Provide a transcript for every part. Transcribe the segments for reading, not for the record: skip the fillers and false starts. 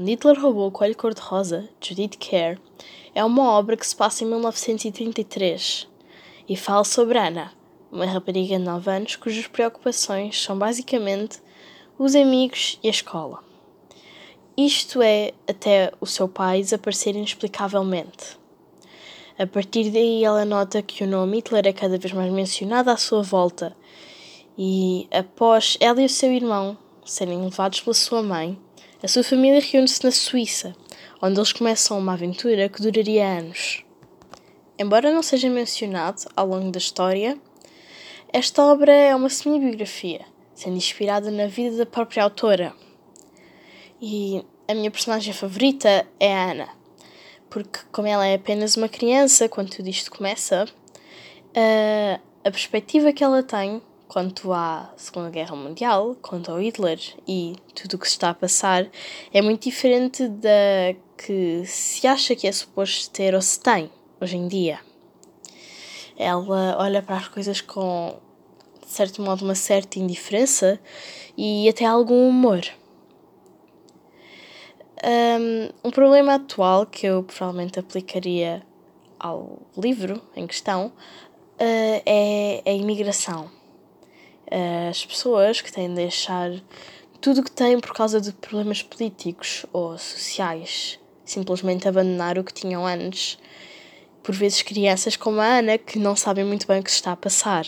Quando Hitler roubou o coelho cor-de-rosa, de Judith Kerr, é uma obra que se passa em 1933 e fala sobre Anna, uma rapariga de 9 anos cujas preocupações são basicamente os amigos e a escola. Isto é, até o seu pai desaparecer inexplicavelmente. A partir daí ela nota que o nome Hitler é cada vez mais mencionado à sua volta e, após ela e o seu irmão serem levados pela sua mãe, a sua família reúne-se na Suíça, onde eles começam uma aventura que duraria anos. Embora não seja mencionado ao longo da história, esta obra é uma semi-biografia, sendo inspirada na vida da própria autora. E a minha personagem favorita é a Anna, porque como ela é apenas uma criança quando tudo isto começa, a perspectiva que ela tem quanto à Segunda Guerra Mundial, quanto ao Hitler e tudo o que se está a passar, é muito diferente da que se acha que é suposto ter ou se tem hoje em dia. Ela olha para as coisas com, de certo modo, uma certa indiferença e até algum humor. Um problema atual que eu provavelmente aplicaria ao livro em questão é a imigração. As pessoas que têm de deixar tudo o que têm por causa de problemas políticos ou sociais, simplesmente abandonar o que tinham antes. Por vezes crianças como a Ana que não sabem muito bem o que se está a passar.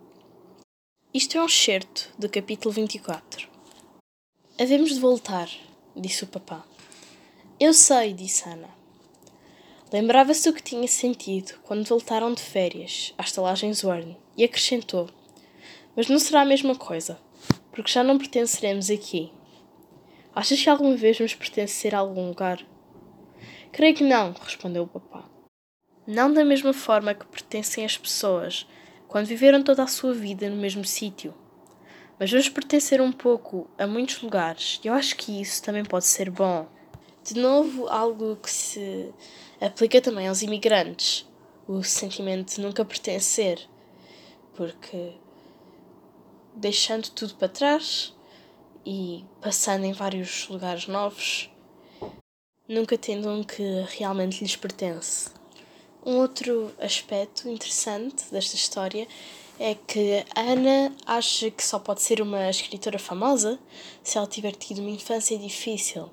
Isto é um excerto do capítulo 24. Havemos de voltar, disse o papá. Eu sei, disse Ana. Lembrava-se do que tinha sentido quando voltaram de férias à estalagem Zwirn e acrescentou: mas não será a mesma coisa, porque já não pertenceremos aqui. Achas que alguma vez vamos pertencer a algum lugar? Creio que não, respondeu o papá. Não da mesma forma que pertencem as pessoas, quando viveram toda a sua vida no mesmo sítio. Mas vamos pertencer um pouco a muitos lugares, e eu acho que isso também pode ser bom. De novo, algo que se aplica também aos imigrantes, o sentimento de nunca pertencer, porque deixando tudo para trás e passando em vários lugares novos, nunca tendo um que realmente lhes pertence. Um outro aspecto interessante desta história é que a Ana acha que só pode ser uma escritora famosa se ela tiver tido uma infância difícil,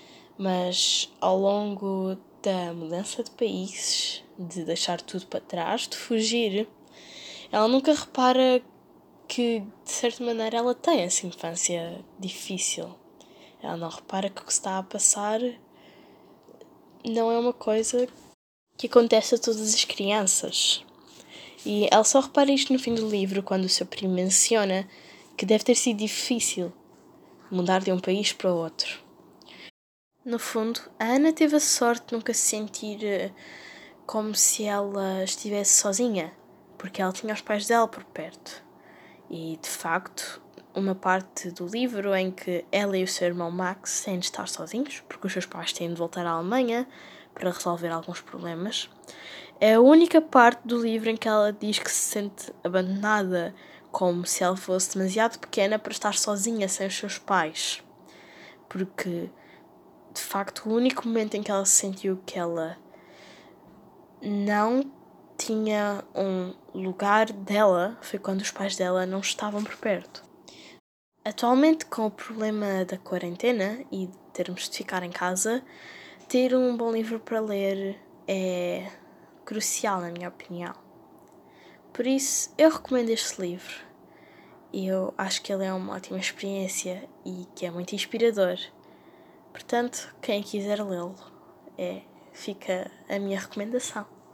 mas ao longo da mudança de países, de deixar tudo para trás, de fugir, ela nunca repara que, de certa maneira, ela tem essa infância difícil. Ela não repara que o que se está a passar não é uma coisa que acontece a todas as crianças. E ela só repara isto no fim do livro, quando o seu primo menciona que deve ter sido difícil mudar de um país para o outro. No fundo, a Ana teve a sorte de nunca se sentir como se ela estivesse sozinha, porque ela tinha os pais dela por perto. E, de facto, uma parte do livro em que ela e o seu irmão Max têm de estar sozinhos, porque os seus pais têm de voltar à Alemanha para resolver alguns problemas, é a única parte do livro em que ela diz que se sente abandonada, como se ela fosse demasiado pequena para estar sozinha sem os seus pais. Porque, de facto, o único momento em que ela sentiu que ela não tinha um lugar dela foi quando os pais dela não estavam por perto. Atualmente, com o problema da quarentena e de termos de ficar em casa, ter um bom livro para ler é crucial, na minha opinião. Por isso, eu recomendo este livro. E eu acho que ele é uma ótima experiência e que é muito inspirador. Portanto, quem quiser lê-lo, fica a minha recomendação.